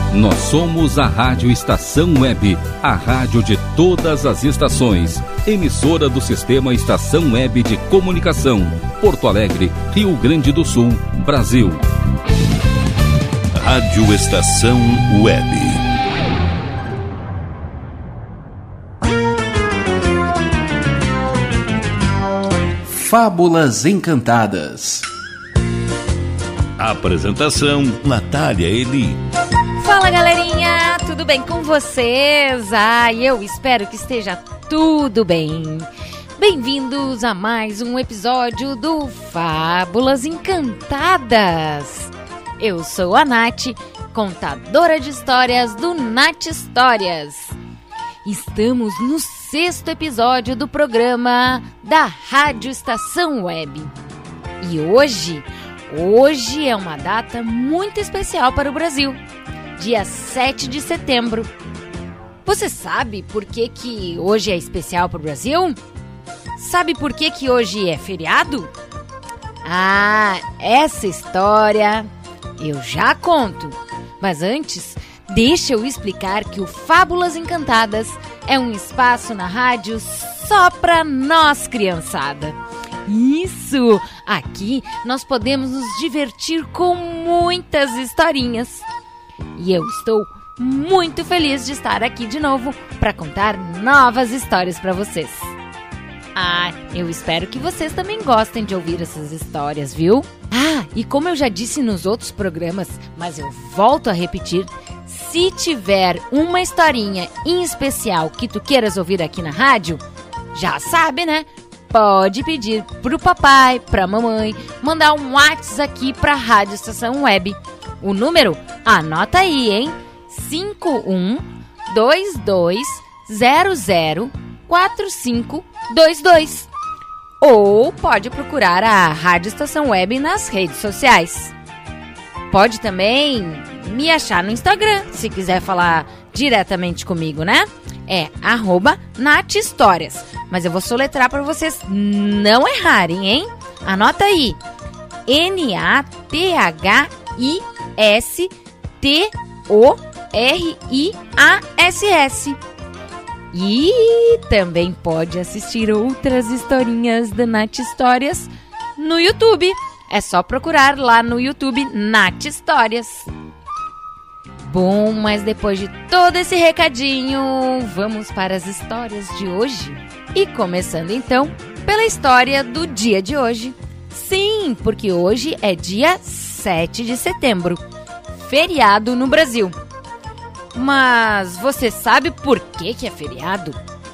Nós somos a Rádio Estação Web, a rádio de todas as estações. Emissora do Sistema Estação Web de Comunicação. Porto Alegre, Rio Grande do Sul, Brasil. Rádio Estação Web. Fábulas Encantadas. Apresentação: Natália Eli. Fala, galerinha, tudo bem com vocês? Eu espero que esteja tudo bem. Bem-vindos a mais um episódio do Fábulas Encantadas. Eu sou a Nath, contadora de histórias do Nath Histórias. Estamos no 6º episódio do programa da Rádio Estação Web. E hoje é uma data muito especial para o Brasil. Dia 7 de setembro. Você sabe por que hoje é especial para o Brasil? Sabe por que hoje é feriado? Essa história eu já conto. Mas antes, deixa eu explicar que o Fábulas Encantadas é um espaço na rádio só para nós, criançada. Isso! Aqui nós podemos nos divertir com muitas historinhas. E eu estou muito feliz de estar aqui de novo para contar novas histórias para vocês. Eu espero que vocês também gostem de ouvir essas histórias, viu? E como eu já disse nos outros programas, mas eu volto a repetir, se tiver uma historinha em especial que tu queiras ouvir aqui na rádio, já sabe, né? Pode pedir pro papai, pra mamãe, mandar um WhatsApp aqui pra Rádio Estação Web. O número, anota aí, hein? 5122004522. Ou pode procurar a Rádio Estação Web nas redes sociais. Pode também me achar no Instagram, se quiser falar diretamente comigo, né? É @NathHistórias. Mas eu vou soletrar para vocês não errarem, hein? Anota aí. NathHistorias. E também pode assistir outras historinhas da Nath Histórias no YouTube. É só procurar lá no YouTube Nath Histórias. Bom, mas depois de todo esse recadinho, vamos para as histórias de hoje. E começando então pela história do dia de hoje. Sim, porque hoje é dia 7 de setembro, feriado no Brasil. Mas você sabe por que é feriado?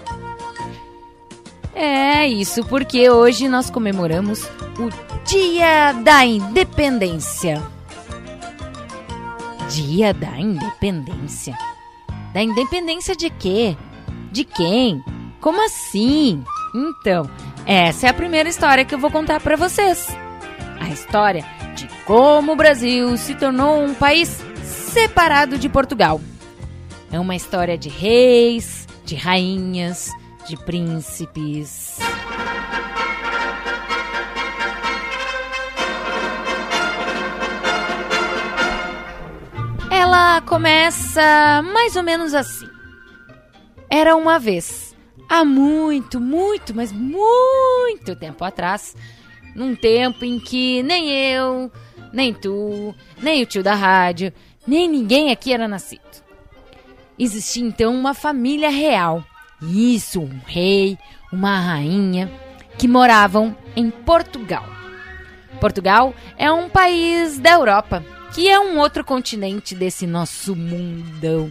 É isso porque hoje nós comemoramos o Dia da Independência. Dia da Independência? Da independência de quê? De quem? Como assim? Então, essa é a primeira história que eu vou contar para vocês. A história de como o Brasil se tornou um país separado de Portugal. É uma história de reis, de rainhas, de príncipes. Ela começa mais ou menos assim. Era uma vez, há muito, mas muito tempo atrás, num tempo em que nem eu, nem tu, nem o tio da rádio, nem ninguém aqui era nascido. Existia então uma família real. Isso, um rei, uma rainha, que moravam em Portugal. Portugal é um país da Europa, que é um outro continente desse nosso mundão.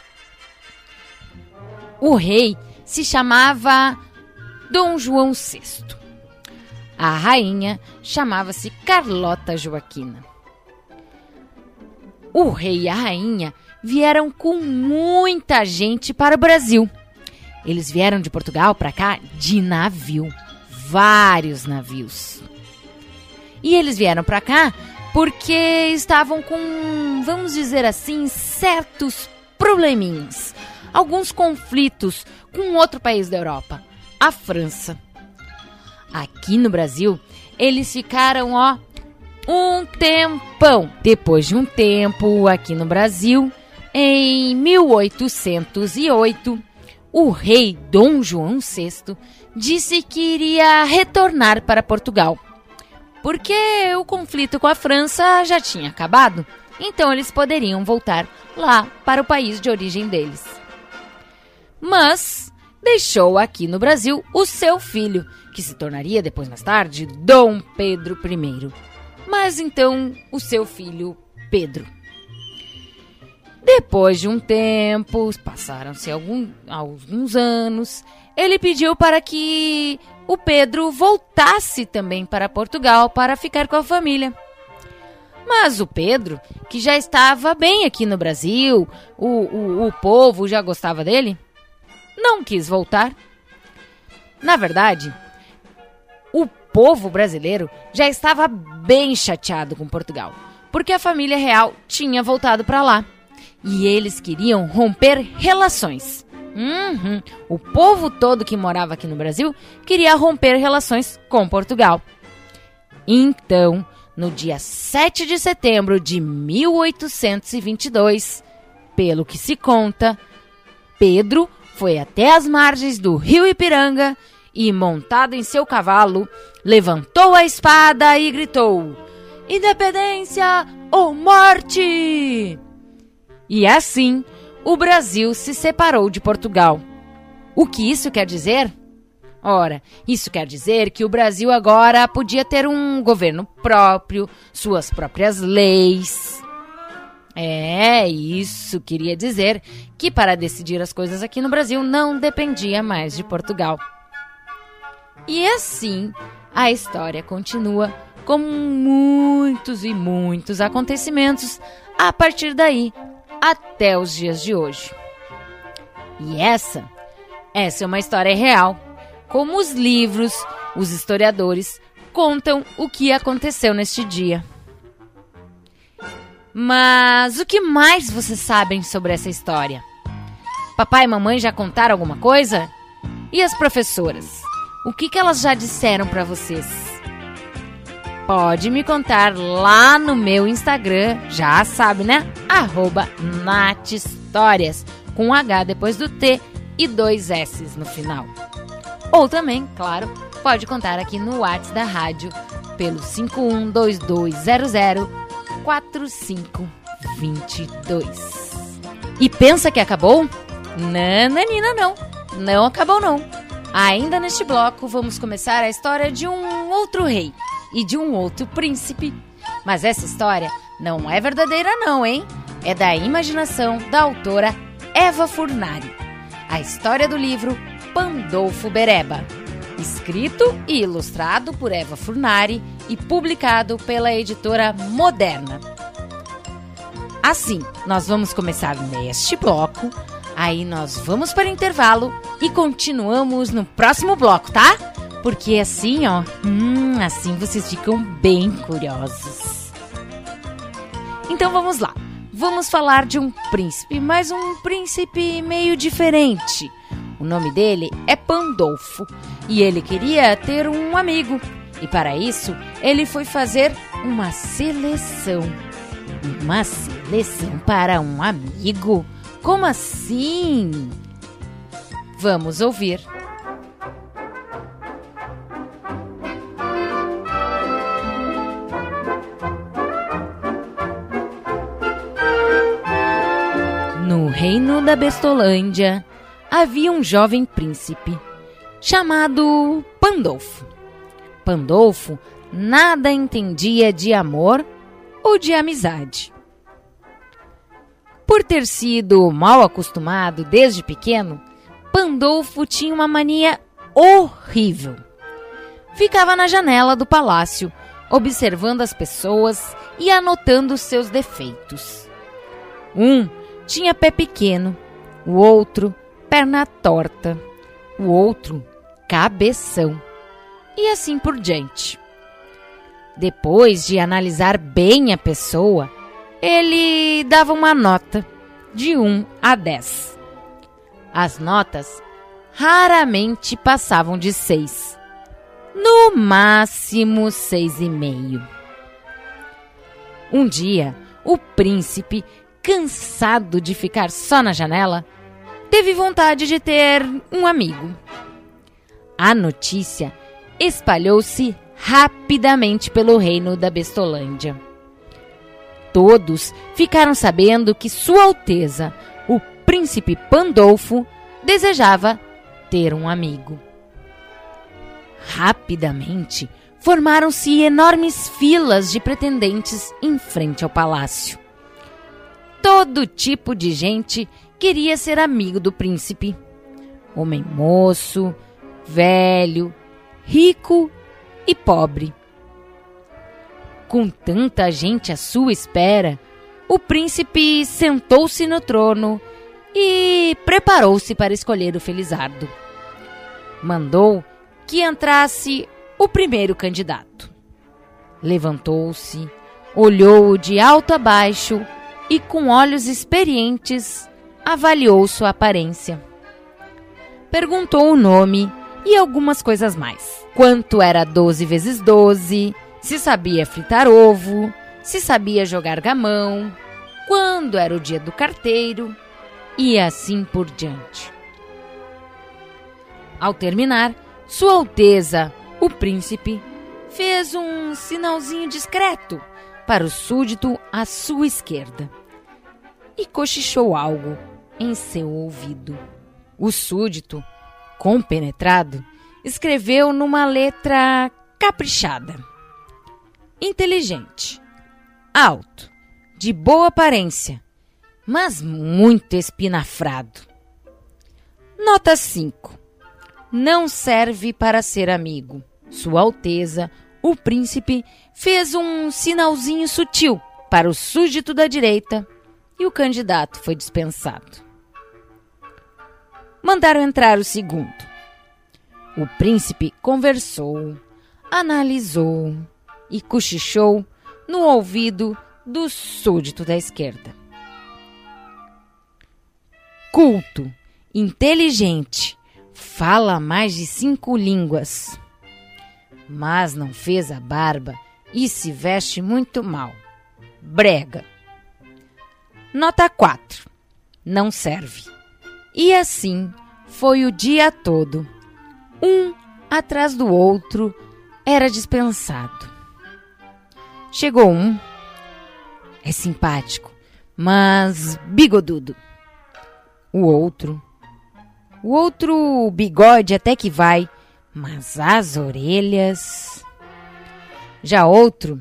O rei se chamava Dom João VI. A rainha chamava-se Carlota Joaquina. O rei e a rainha vieram com muita gente para o Brasil. Eles vieram de Portugal para cá de navio, vários navios. E eles vieram para cá porque estavam com, vamos dizer assim, certos probleminhas, alguns conflitos com outro país da Europa, a França. Aqui no Brasil, eles ficaram, um tempão. Depois de um tempo aqui no Brasil, Em 1808, o rei Dom João VI disse que iria retornar para Portugal, porque o conflito com a França já tinha acabado, então eles poderiam voltar lá para o país de origem deles. Mas deixou aqui no Brasil o seu filho, que se tornaria depois mais tarde Dom Pedro I. Mas então o seu filho Pedro. Depois de um tempo, passaram-se alguns anos, ele pediu para que o Pedro voltasse também para Portugal para ficar com a família. Mas o Pedro, que já estava bem aqui no Brasil, o povo já gostava dele, não quis voltar. Na verdade, o povo brasileiro já estava bem chateado com Portugal, porque a família real tinha voltado para lá. E eles queriam romper relações. O povo todo que morava aqui no Brasil queria romper relações com Portugal. Então, no dia 7 de setembro de 1822, pelo que se conta, Pedro foi até as margens do rio Ipiranga e, montado em seu cavalo, levantou a espada e gritou: "Independência ou morte!" E assim, o Brasil se separou de Portugal. O que isso quer dizer? Ora, isso quer dizer que o Brasil agora podia ter um governo próprio, suas próprias leis. Isso queria dizer que para decidir as coisas aqui no Brasil não dependia mais de Portugal. E assim, a história continua com muitos e muitos acontecimentos a partir daí, até os dias de hoje. E essa é uma história real, como os livros, os historiadores contam o que aconteceu neste dia. Mas o que mais vocês sabem sobre essa história? Papai e mamãe já contaram alguma coisa? E as professoras? O que elas já disseram para vocês? Pode me contar lá no meu Instagram, já sabe, né? @nathistorias, com H depois do T e 2 S no final. Ou também, claro, pode contar aqui no WhatsApp da rádio pelo 5122004522. E pensa que acabou? Nananina, não acabou não. Ainda neste bloco vamos começar a história de um outro rei e de um outro príncipe. Mas essa história não é verdadeira não, hein? É da imaginação da autora Eva Furnari. A história do livro Pandolfo Bereba, escrito e ilustrado por Eva Furnari e publicado pela editora Moderna. Assim, nós vamos começar neste bloco, aí nós vamos para o intervalo e continuamos no próximo bloco, tá? Porque assim, assim vocês ficam bem curiosos. Então vamos lá. Vamos falar de um príncipe, mas um príncipe meio diferente. O nome dele é Pandolfo e ele queria ter um amigo. E para isso, ele foi fazer uma seleção. Uma seleção para um amigo? Como assim? Vamos ouvir. No reino da Bestolândia, havia um jovem príncipe chamado Pandolfo. Pandolfo nada entendia de amor ou de amizade. Por ter sido mal acostumado desde pequeno, Pandolfo tinha uma mania horrível. Ficava na janela do palácio, observando as pessoas e anotando seus defeitos. Um tinha pé pequeno, o outro perna torta, o outro cabeção, e assim por diante. Depois de analisar bem a pessoa, ele dava uma nota de 1 a 10. As notas raramente passavam de 6, no máximo 6,5. Um dia, o príncipe cansado de ficar só na janela, teve vontade de ter um amigo. A notícia espalhou-se rapidamente pelo reino da Bestolândia. Todos ficaram sabendo que Sua Alteza, o príncipe Pandolfo, desejava ter um amigo. Rapidamente, formaram-se enormes filas de pretendentes em frente ao palácio. Todo tipo de gente queria ser amigo do príncipe. Homem moço, velho, rico e pobre. Com tanta gente à sua espera, o príncipe sentou-se no trono e preparou-se para escolher o Felizardo. Mandou que entrasse o primeiro candidato. Levantou-se, olhou-o de alto a baixo e, com olhos experientes, avaliou sua aparência. Perguntou o nome e algumas coisas mais. Quanto era 12 vezes 12, se sabia fritar ovo, se sabia jogar gamão, quando era o dia do carteiro e assim por diante. Ao terminar, Sua Alteza, o príncipe, fez um sinalzinho discreto para o súdito à sua esquerda e cochichou algo em seu ouvido. O súdito, compenetrado, escreveu numa letra caprichada: inteligente, alto, de boa aparência, mas muito espinafrado. Nota 5. Não serve para ser amigo. Sua Alteza, o príncipe, fez um sinalzinho sutil para o súdito da direita e o candidato foi dispensado. Mandaram entrar o segundo. O príncipe conversou, analisou e cochichou no ouvido do súdito da esquerda. Culto, inteligente, fala mais de 5 línguas, mas não fez a barba e se veste muito mal. Brega. Nota 4. Não serve. E assim foi o dia todo. Um atrás do outro era dispensado. Chegou um. É simpático, mas bigodudo. O outro, bigode até que vai, mas as orelhas... Já outro,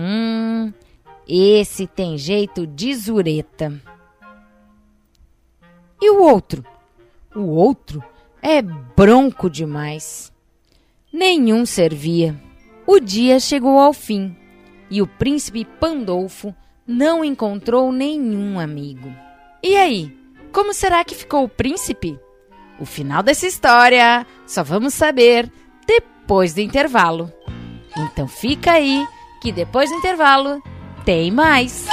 esse tem jeito de zureta. E o outro? O outro é bronco demais. Nenhum servia. O dia chegou ao fim e o príncipe Pandolfo não encontrou nenhum amigo. E aí, como será que ficou o príncipe? O final dessa história só vamos saber depois do intervalo. Então fica aí que depois do intervalo tem mais.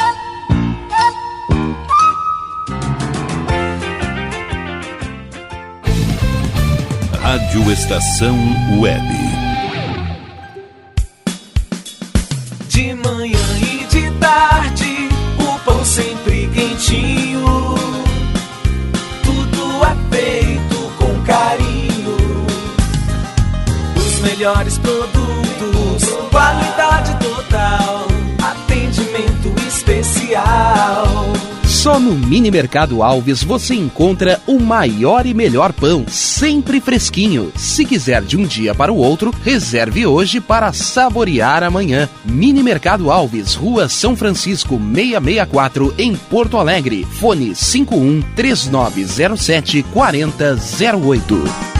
Rádio Estação Web. De manhã e de tarde, o pão sempre quentinho. Tudo é feito com carinho. Os melhores produtos, qualidade total, atendimento especial. Só no Mini Mercado Alves você encontra o maior e melhor pão, sempre fresquinho. Se quiser de um dia para o outro, reserve hoje para saborear amanhã. Mini Mercado Alves, Rua São Francisco 664, em Porto Alegre. Fone 51-3907-4008.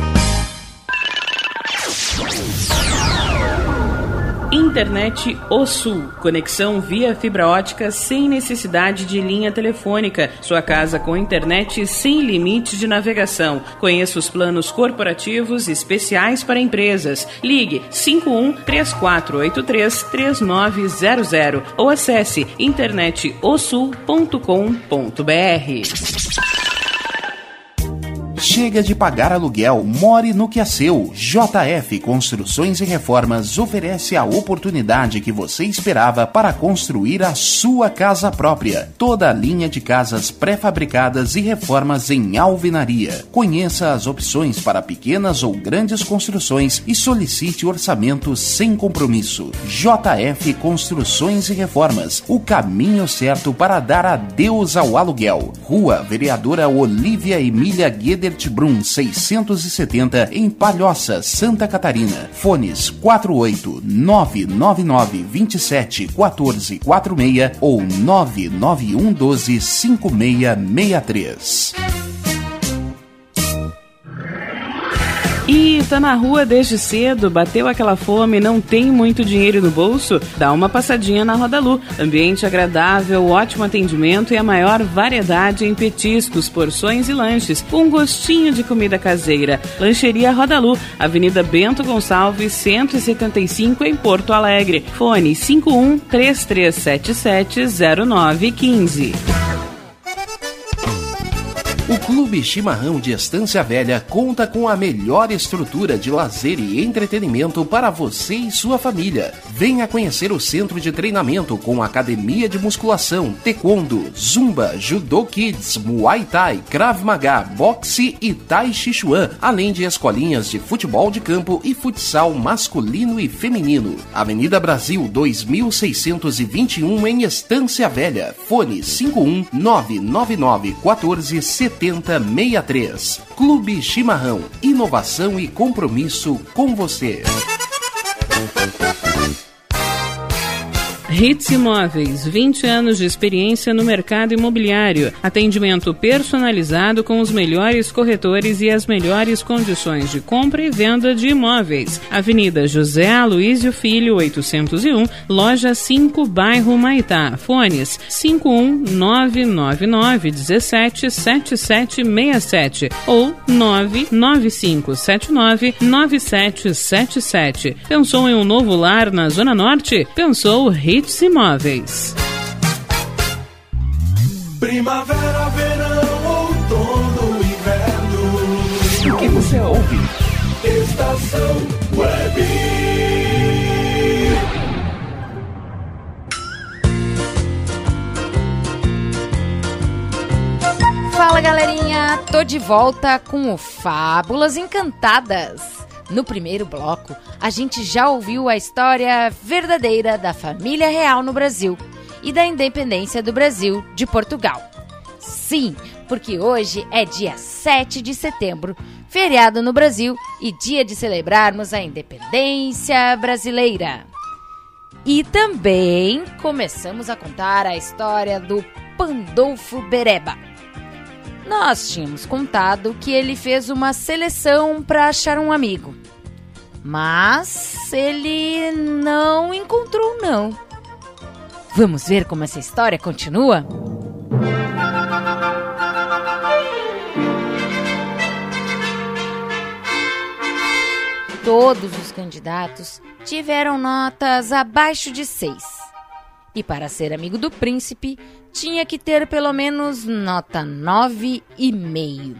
Internet O Sul. Conexão via fibra ótica sem necessidade de linha telefônica. Sua casa com internet sem limites de navegação. Conheça os planos corporativos especiais para empresas. Ligue 51-3483-3900 ou acesse internetosul.com.br. Chega de pagar aluguel, more no que é seu. JF Construções e Reformas oferece a oportunidade que você esperava para construir a sua casa própria. Toda a linha de casas pré-fabricadas e reformas em alvenaria. Conheça as opções para pequenas ou grandes construções e solicite orçamento sem compromisso. JF Construções e Reformas, o caminho certo para dar adeus ao aluguel. Rua Vereadora Olívia Emília Guedert Brum, 670, em Palhoça, Santa Catarina. Fones 48999271446 ou 991125663. E tá na rua desde cedo, bateu aquela fome, não tem muito dinheiro no bolso? Dá uma passadinha na Rodalu. Ambiente agradável, ótimo atendimento e a maior variedade em petiscos, porções e lanches, com um gostinho de comida caseira. Lancheria Rodalu, Avenida Bento Gonçalves, 175, em Porto Alegre. Fone 51-3377-0915. O Clube Chimarrão de Estância Velha conta com a melhor estrutura de lazer e entretenimento para você e sua família. Venha conhecer o centro de treinamento com academia de musculação, taekwondo, zumba, judô kids, muay thai, krav maga, boxe e tai chi chuan, além de escolinhas de futebol de campo e futsal masculino e feminino. Avenida Brasil 2621 em Estância Velha. Fone 51999147063. Clube Chimarrão, inovação e compromisso com você. Hits Imóveis, 20 anos de experiência no mercado imobiliário. Atendimento personalizado com os melhores corretores e as melhores condições de compra e venda de imóveis. Avenida José Aloísio Filho, 801, Loja 5, bairro Maitá. Fones 51999177767 ou 995799777. Pensou em um novo lar na Zona Norte? Pensou Hits Imóveis. Primavera, verão, outono, inverno. O que você ouve? Estação Web. Fala, galerinha, tô de volta com o Fábulas Encantadas. No primeiro bloco, a gente já ouviu a história verdadeira da família real no Brasil e da independência do Brasil de Portugal. Sim, porque hoje é dia 7 de setembro, feriado no Brasil e dia de celebrarmos a independência brasileira. E também começamos a contar a história do Pandolfo Bereba. Nós tínhamos contado que ele fez uma seleção para achar um amigo. Mas ele não encontrou, não. Vamos ver como essa história continua? Todos os candidatos tiveram notas abaixo de 6. E para ser amigo do príncipe, tinha que ter pelo menos nota 9,5.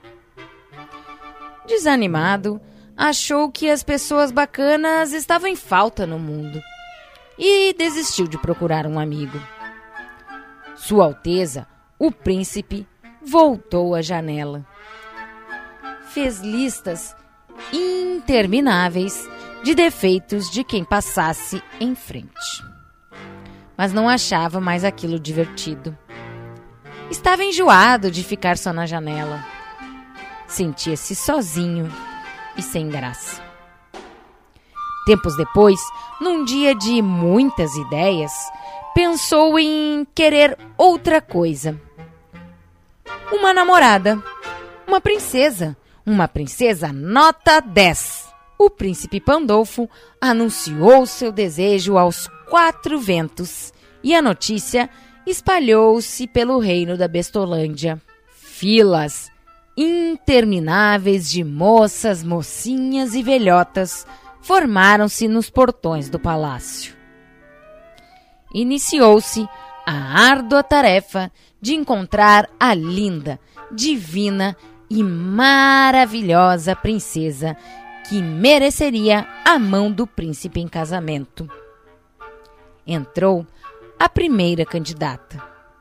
Desanimado, achou que as pessoas bacanas estavam em falta no mundo e desistiu de procurar um amigo. Sua Alteza, o príncipe, voltou à janela. Fez listas intermináveis de defeitos de quem passasse em frente. Mas não achava mais aquilo divertido. Estava enjoado de ficar só na janela. Sentia-se sozinho e sem graça. Tempos depois, num dia de muitas ideias, pensou em querer outra coisa. Uma namorada, uma princesa nota 10. O príncipe Pandolfo anunciou seu desejo aos 4 ventos e a notícia espalhou-se pelo reino da Bestolândia. Filas intermináveis de moças, mocinhas e velhotas formaram-se nos portões do palácio. Iniciou-se a árdua tarefa de encontrar a linda, divina e maravilhosa princesa que mereceria a mão do príncipe em casamento. Entrou a primeira candidata.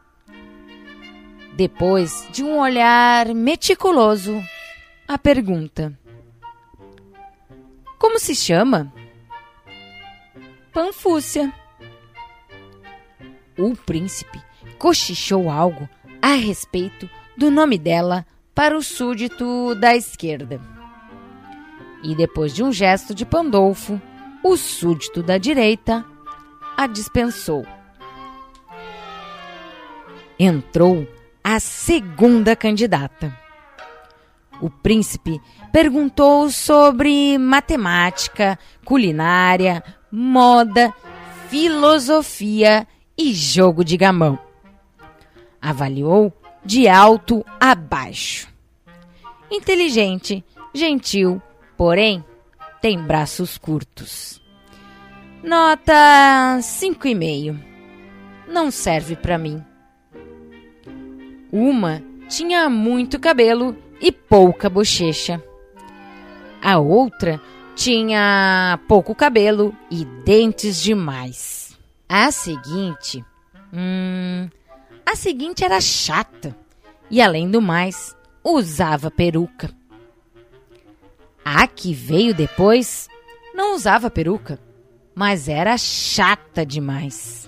Depois de um olhar meticuloso, a pergunta: como se chama? Panfúcia. O príncipe cochichou algo a respeito do nome dela para o súdito da esquerda. E depois de um gesto de Pandolfo, o súdito da direita a dispensou. Entrou a segunda candidata. O príncipe perguntou sobre matemática, culinária, moda, filosofia e jogo de gamão. Avaliou de alto a baixo. Inteligente, gentil, porém tem braços curtos. Nota 5,5. Não serve para mim. Uma tinha muito cabelo e pouca bochecha. A outra tinha pouco cabelo e dentes demais. A seguinte era chata e, além do mais, usava peruca. A que veio depois não usava peruca, mas era chata demais.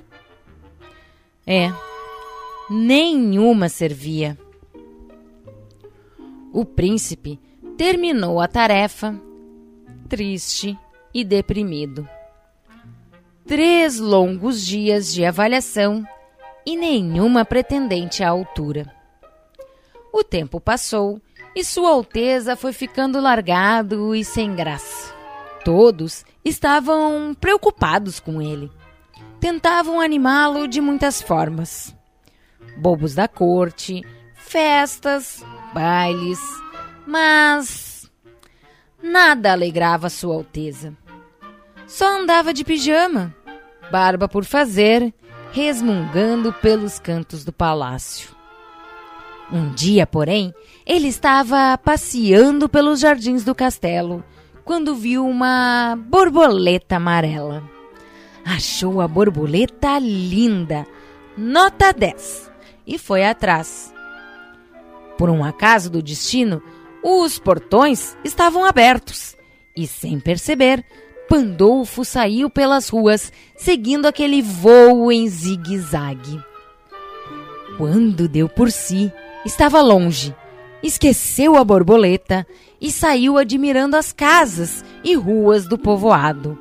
Nenhuma servia. O príncipe terminou a tarefa, triste e deprimido. 3 longos dias de avaliação e nenhuma pretendente à altura. O tempo passou e Sua Alteza foi ficando largado e sem graça. Todos estavam preocupados com ele. Tentavam animá-lo de muitas formas. Bobos da corte, festas, bailes, mas nada alegrava Sua Alteza. Só andava de pijama, barba por fazer, resmungando pelos cantos do palácio. Um dia, porém, ele estava passeando pelos jardins do castelo, quando viu uma borboleta amarela. Achou a borboleta linda, nota 10, e foi atrás. Por um acaso do destino, os portões estavam abertos, e sem perceber, Pandolfo saiu pelas ruas, seguindo aquele voo em zigue-zague. Quando deu por si, estava longe, esqueceu a borboleta e saiu admirando as casas e ruas do povoado.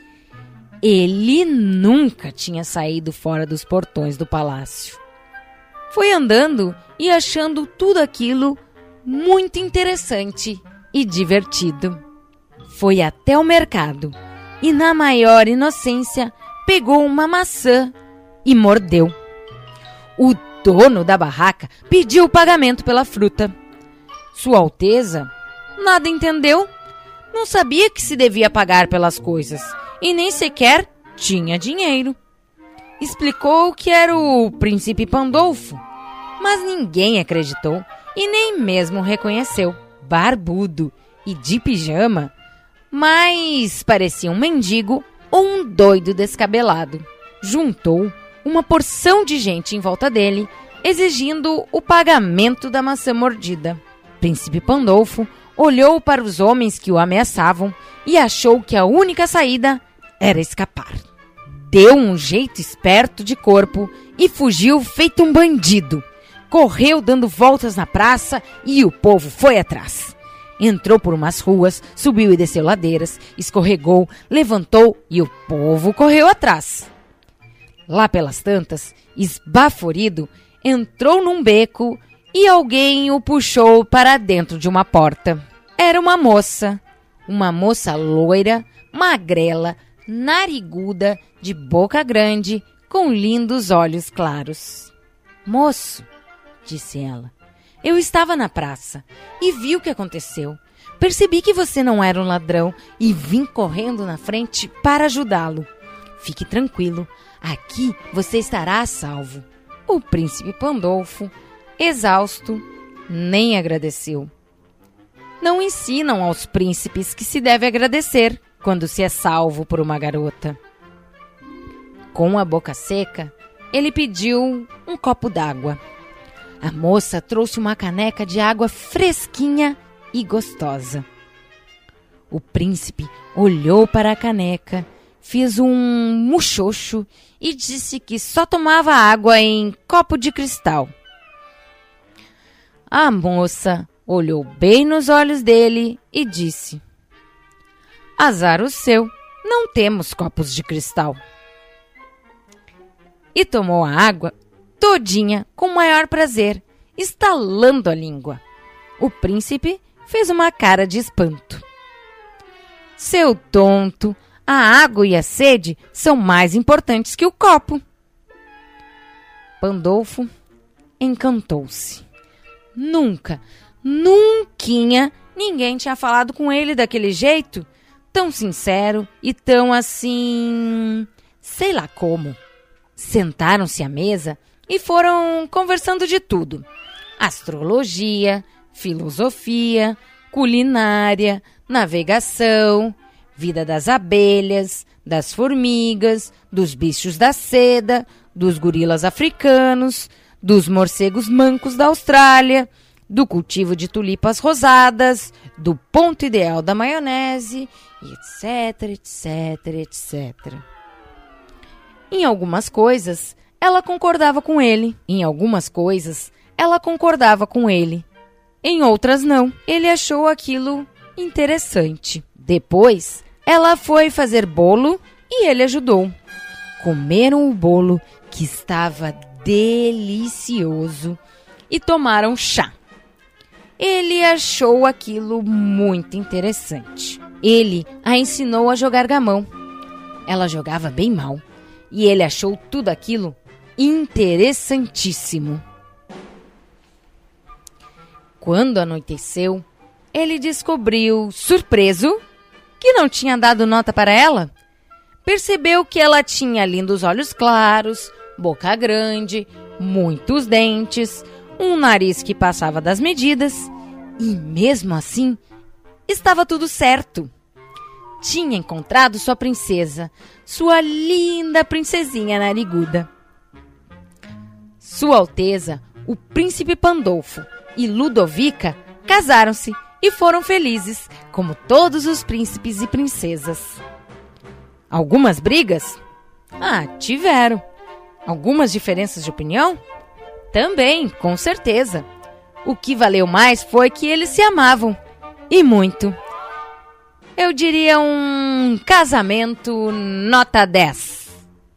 Ele nunca tinha saído fora dos portões do palácio. Foi andando e achando tudo aquilo muito interessante e divertido. Foi até o mercado e, na maior inocência, pegou uma maçã e mordeu. O dono da barraca pediu o pagamento pela fruta. Sua Alteza nada entendeu, não sabia que se devia pagar pelas coisas e nem sequer tinha dinheiro. Explicou que era o príncipe Pandolfo, mas ninguém acreditou e nem mesmo reconheceu. Barbudo e de pijama, mas parecia um mendigo ou um doido descabelado. Juntou uma porção de gente em volta dele, exigindo o pagamento da maçã mordida. Príncipe Pandolfo olhou para os homens que o ameaçavam e achou que a única saída era escapar. Deu um jeito esperto de corpo e fugiu feito um bandido. Correu dando voltas na praça e o povo foi atrás. Entrou por umas ruas, subiu e desceu ladeiras, escorregou, levantou e o povo correu atrás. Lá pelas tantas, esbaforido, entrou num beco e alguém o puxou para dentro de uma porta. Era uma moça loira, magrela, nariguda, de boca grande, com lindos olhos claros. "Moço", disse ela, "eu estava na praça e vi o que aconteceu. Percebi que você não era um ladrão e vim correndo na frente para ajudá-lo. Fique tranquilo, aqui você estará a salvo." O príncipe Pandolfo, exausto, nem agradeceu. não ensinam aos príncipes que se deve agradecer quando se é salvo por uma garota. Com a boca seca, ele pediu um copo d'água. A moça trouxe uma caneca de água fresquinha e gostosa. O príncipe olhou para a caneca, fez um muxoxo e disse que só tomava água em copo de cristal. A moça olhou bem nos olhos dele e disse: azar o seu, não temos copos de cristal. E tomou a água todinha com o maior prazer, estalando a língua. O príncipe fez uma cara de espanto. Seu tonto, a água e a sede são mais importantes que o copo. Pandolfo encantou-se. Nunca, nunquinha, ninguém tinha falado com ele daquele jeito, tão sincero e tão assim, sei lá como. Sentaram-se à mesa e foram conversando de tudo. Astrologia, filosofia, culinária, navegação, vida das abelhas, das formigas, dos bichos da seda, dos gorilas africanos, dos morcegos mancos da Austrália, do cultivo de tulipas rosadas, do ponto ideal da maionese, etc, etc, etc. Em algumas coisas, ela concordava com ele. Em algumas coisas, ela concordava com ele. Em outras, não. Ele achou aquilo interessante. Depois, ela foi fazer bolo e ele ajudou. Comeram o bolo, que estava delicioso, e tomaram chá. Ele achou aquilo muito interessante. Ele a ensinou a jogar gamão. Ela jogava bem mal, e ele achou tudo aquilo interessantíssimo. Quando anoiteceu, ele descobriu, surpreso, que não tinha dado nota para ela. Percebeu que ela tinha lindos olhos claros, boca grande, muitos dentes, um nariz que passava das medidas, e mesmo assim, estava tudo certo. Tinha encontrado sua princesa, sua linda princesinha nariguda. Sua Alteza, o príncipe Pandolfo e Ludovica casaram-se e foram felizes, como todos os príncipes e princesas. Algumas brigas? Tiveram. Algumas diferenças de opinião? Também, com certeza. O que valeu mais foi que eles se amavam, e muito. Eu diria um casamento nota 10.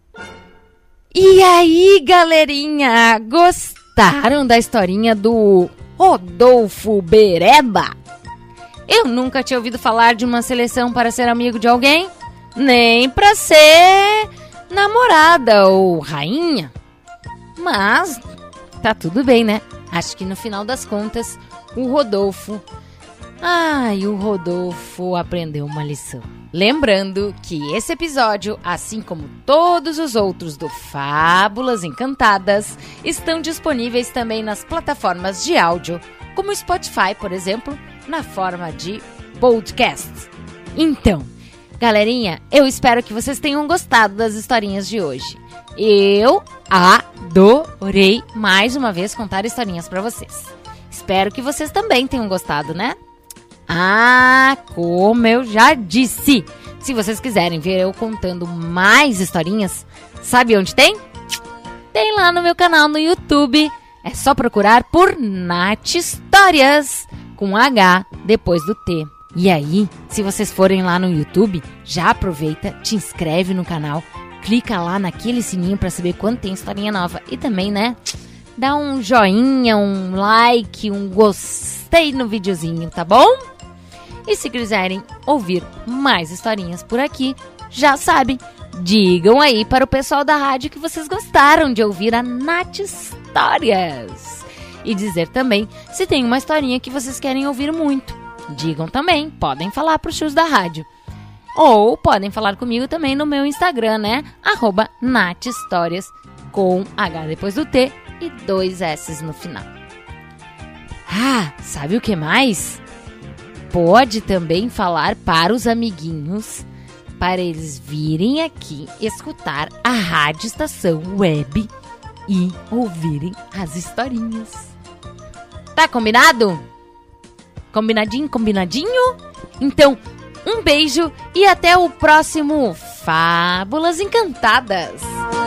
E aí, galerinha, gostaram da historinha do Rodolfo Bereba? Eu nunca tinha ouvido falar de uma seleção para ser amigo de alguém, nem para ser namorada ou rainha. Mas tá tudo bem, né? Acho que no final das contas, o Rodolfo aprendeu uma lição. Lembrando que esse episódio, assim como todos os outros do Fábulas Encantadas, estão disponíveis também nas plataformas de áudio, como o Spotify, por exemplo, na forma de podcast. Então, galerinha, eu espero que vocês tenham gostado das historinhas de hoje. Eu adorei mais uma vez contar historinhas pra vocês. Espero que vocês também tenham gostado, né? Como eu já disse, se vocês quiserem ver eu contando mais historinhas, sabe onde tem? Tem lá no meu canal no YouTube. É só procurar por Nath Histórias, com H depois do T. E aí, se vocês forem lá no YouTube, já aproveita, te inscreve no canal, clica lá naquele sininho pra saber quando tem historinha nova. E também, né, dá um joinha, um like, um gostei no videozinho, tá bom? E se quiserem ouvir mais historinhas por aqui, já sabem, digam aí para o pessoal da rádio que vocês gostaram de ouvir a Nath Histórias. E dizer também se tem uma historinha que vocês querem ouvir muito. Digam também, podem falar para os tios da rádio. Ou podem falar comigo também no meu Instagram, né? @NathHistórias, com H depois do T e 2 S no final. Sabe o que mais? pode também falar para os amiguinhos, para eles virem aqui escutar a Rádio Estação Web e ouvirem as historinhas. Tá combinado? Combinadinho, combinadinho? Então, um beijo e até o próximo Fábulas Encantadas.